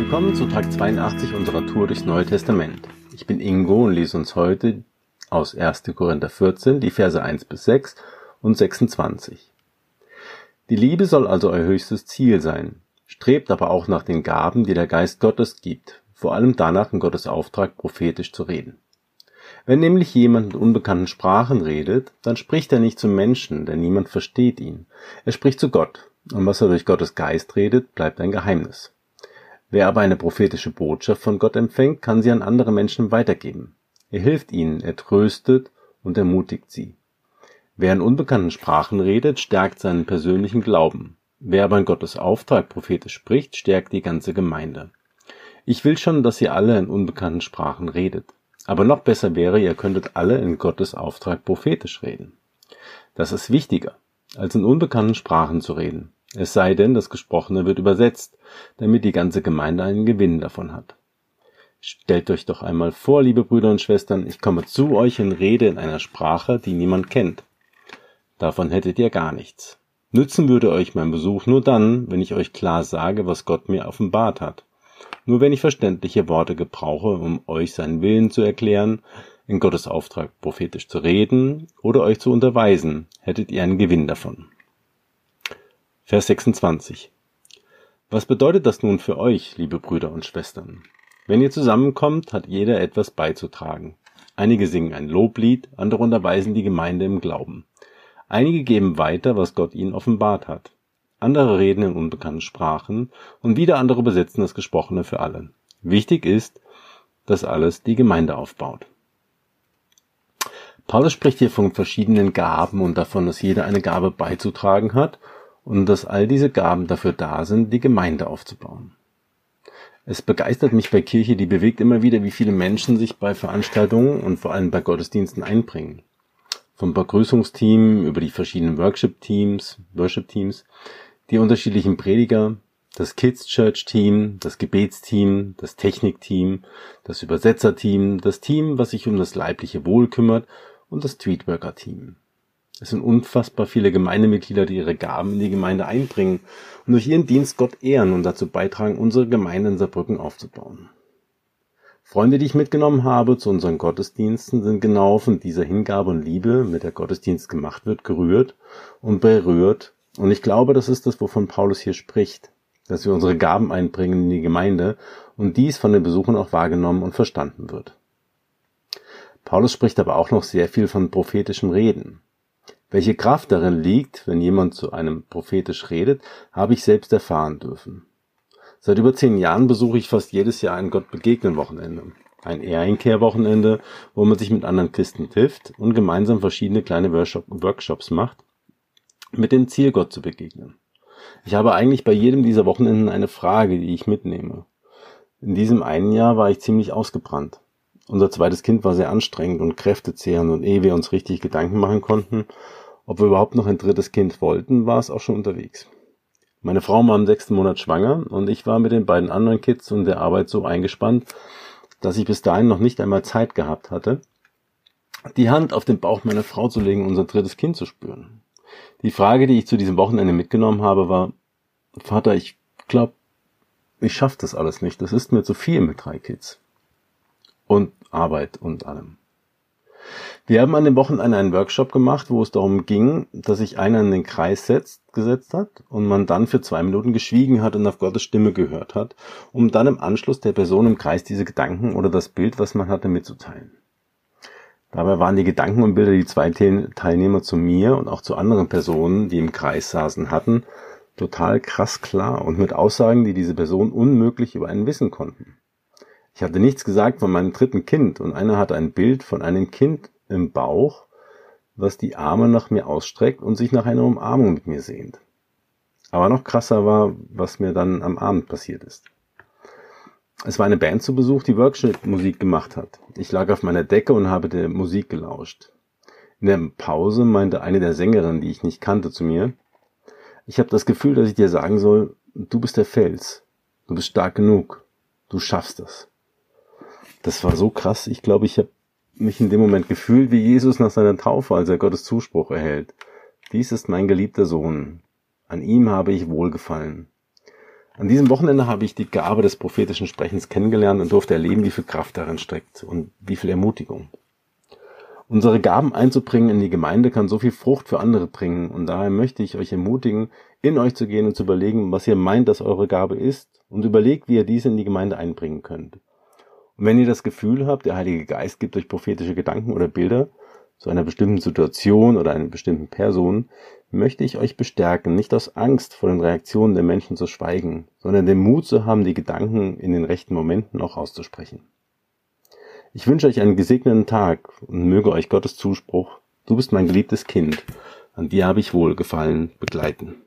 Willkommen zu Tag 82 unserer Tour durchs Neue Testament. Ich bin Ingo und lese uns heute aus 1. Korinther 14 die Verse 1 bis 6 und 26. Die Liebe soll also euer höchstes Ziel sein. Strebt aber auch nach den Gaben, die der Geist Gottes gibt, vor allem danach, in Gottes Auftrag prophetisch zu reden. Wenn nämlich jemand in unbekannten Sprachen redet, dann spricht er nicht zum Menschen, denn niemand versteht ihn. Er spricht zu Gott, und was er durch Gottes Geist redet, bleibt ein Geheimnis. Wer aber eine prophetische Botschaft von Gott empfängt, kann sie an andere Menschen weitergeben. Er hilft ihnen, er tröstet und ermutigt sie. Wer in unbekannten Sprachen redet, stärkt seinen persönlichen Glauben. Wer aber in Gottes Auftrag prophetisch spricht, stärkt die ganze Gemeinde. Ich will schon, dass ihr alle in unbekannten Sprachen redet. Aber noch besser wäre, ihr könntet alle in Gottes Auftrag prophetisch reden. Das ist wichtiger, als in unbekannten Sprachen zu reden. Es sei denn, das Gesprochene wird übersetzt, damit die ganze Gemeinde einen Gewinn davon hat. Stellt euch doch einmal vor, liebe Brüder und Schwestern, ich komme zu euch und rede in einer Sprache, die niemand kennt. Davon hättet ihr gar nichts. Nützen würde euch mein Besuch nur dann, wenn ich euch klar sage, was Gott mir offenbart hat. Nur wenn ich verständliche Worte gebrauche, um euch seinen Willen zu erklären, in Gottes Auftrag prophetisch zu reden oder euch zu unterweisen, hättet ihr einen Gewinn davon. Vers 26. Was bedeutet das nun für euch, liebe Brüder und Schwestern? Wenn ihr zusammenkommt, hat jeder etwas beizutragen. Einige singen ein Loblied, andere unterweisen die Gemeinde im Glauben. Einige geben weiter, was Gott ihnen offenbart hat. Andere reden in unbekannten Sprachen und wieder andere übersetzen das Gesprochene für alle. Wichtig ist, dass alles die Gemeinde aufbaut. Paulus spricht hier von verschiedenen Gaben und davon, dass jeder eine Gabe beizutragen hat und dass all diese Gaben dafür da sind, die Gemeinde aufzubauen. Es begeistert mich bei Kirche, die bewegt immer wieder, wie viele Menschen sich bei Veranstaltungen und vor allem bei Gottesdiensten einbringen. Vom Begrüßungsteam über die verschiedenen Worship-Teams, die unterschiedlichen Prediger, das Kids-Church-Team, das Gebetsteam, das Technikteam, das Übersetzerteam, das Team, was sich um das leibliche Wohl kümmert und das Streetworker-Team. Es sind unfassbar viele Gemeindemitglieder, die ihre Gaben in die Gemeinde einbringen und durch ihren Dienst Gott ehren und dazu beitragen, unsere Gemeinde in Saarbrücken aufzubauen. Freunde, die ich mitgenommen habe zu unseren Gottesdiensten, sind genau von dieser Hingabe und Liebe, mit der Gottesdienst gemacht wird, gerührt und berührt. Und ich glaube, das ist das, wovon Paulus hier spricht, dass wir unsere Gaben einbringen in die Gemeinde und dies von den Besuchern auch wahrgenommen und verstanden wird. Paulus spricht aber auch noch sehr viel von prophetischem Reden. Welche Kraft darin liegt, wenn jemand zu einem prophetisch redet, habe ich selbst erfahren dürfen. Seit über 10 Jahren besuche ich fast jedes Jahr ein Gott-begegnen-Wochenende. Ein Einkehr-Wochenende, wo man sich mit anderen Christen trifft und gemeinsam verschiedene kleine Workshops macht, mit dem Ziel, Gott zu begegnen. Ich habe eigentlich bei jedem dieser Wochenenden eine Frage, die ich mitnehme. In diesem einen Jahr war ich ziemlich ausgebrannt. Unser zweites Kind war sehr anstrengend und kräftezehrend und ehe wir uns richtig Gedanken machen konnten, ob wir überhaupt noch ein drittes Kind wollten, war es auch schon unterwegs. Meine Frau war im 6. Monat schwanger und ich war mit den beiden anderen Kids und der Arbeit so eingespannt, dass ich bis dahin noch nicht einmal Zeit gehabt hatte, die Hand auf den Bauch meiner Frau zu legen und unser drittes Kind zu spüren. Die Frage, die ich zu diesem Wochenende mitgenommen habe, war: Vater, ich glaube, ich schaffe das alles nicht. Das ist mir zu viel mit 3 Kids. Und Arbeit und allem. Wir haben an dem Wochenende einen Workshop gemacht, wo es darum ging, dass sich einer in den Kreis gesetzt hat und man dann für 2 Minuten geschwiegen hat und auf Gottes Stimme gehört hat, um dann im Anschluss der Person im Kreis diese Gedanken oder das Bild, was man hatte, mitzuteilen. Dabei waren die Gedanken und Bilder, die 2 Teilnehmer zu mir und auch zu anderen Personen, die im Kreis saßen, hatten, total krass klar und mit Aussagen, die diese Person unmöglich über einen wissen konnten. Ich hatte nichts gesagt von meinem 3. Kind und einer hatte ein Bild von einem Kind im Bauch, was die Arme nach mir ausstreckt und sich nach einer Umarmung mit mir sehnt. Aber noch krasser war, was mir dann am Abend passiert ist. Es war eine Band zu Besuch, die Workshop-Musik gemacht hat. Ich lag auf meiner Decke und habe der Musik gelauscht. In der Pause meinte eine der Sängerinnen, die ich nicht kannte, zu mir: Ich habe das Gefühl, dass ich dir sagen soll, du bist der Fels, du bist stark genug, du schaffst das. Das war so krass, ich glaube, ich habe mich in dem Moment gefühlt wie Jesus nach seiner Taufe, als er Gottes Zuspruch erhält. Dies ist mein geliebter Sohn. An ihm habe ich Wohlgefallen. An diesem Wochenende habe ich die Gabe des prophetischen Sprechens kennengelernt und durfte erleben, wie viel Kraft darin steckt und wie viel Ermutigung. Unsere Gaben einzubringen in die Gemeinde kann so viel Frucht für andere bringen und daher möchte ich euch ermutigen, in euch zu gehen und zu überlegen, was ihr meint, dass eure Gabe ist und überlegt, wie ihr diese in die Gemeinde einbringen könnt. Und wenn ihr das Gefühl habt, der Heilige Geist gibt euch prophetische Gedanken oder Bilder zu einer bestimmten Situation oder einer bestimmten Person, möchte ich euch bestärken, nicht aus Angst vor den Reaktionen der Menschen zu schweigen, sondern den Mut zu haben, die Gedanken in den rechten Momenten auch auszusprechen. Ich wünsche euch einen gesegneten Tag und möge euch Gottes Zuspruch, du bist mein geliebtes Kind, an dir habe ich Wohlgefallen, begleiten.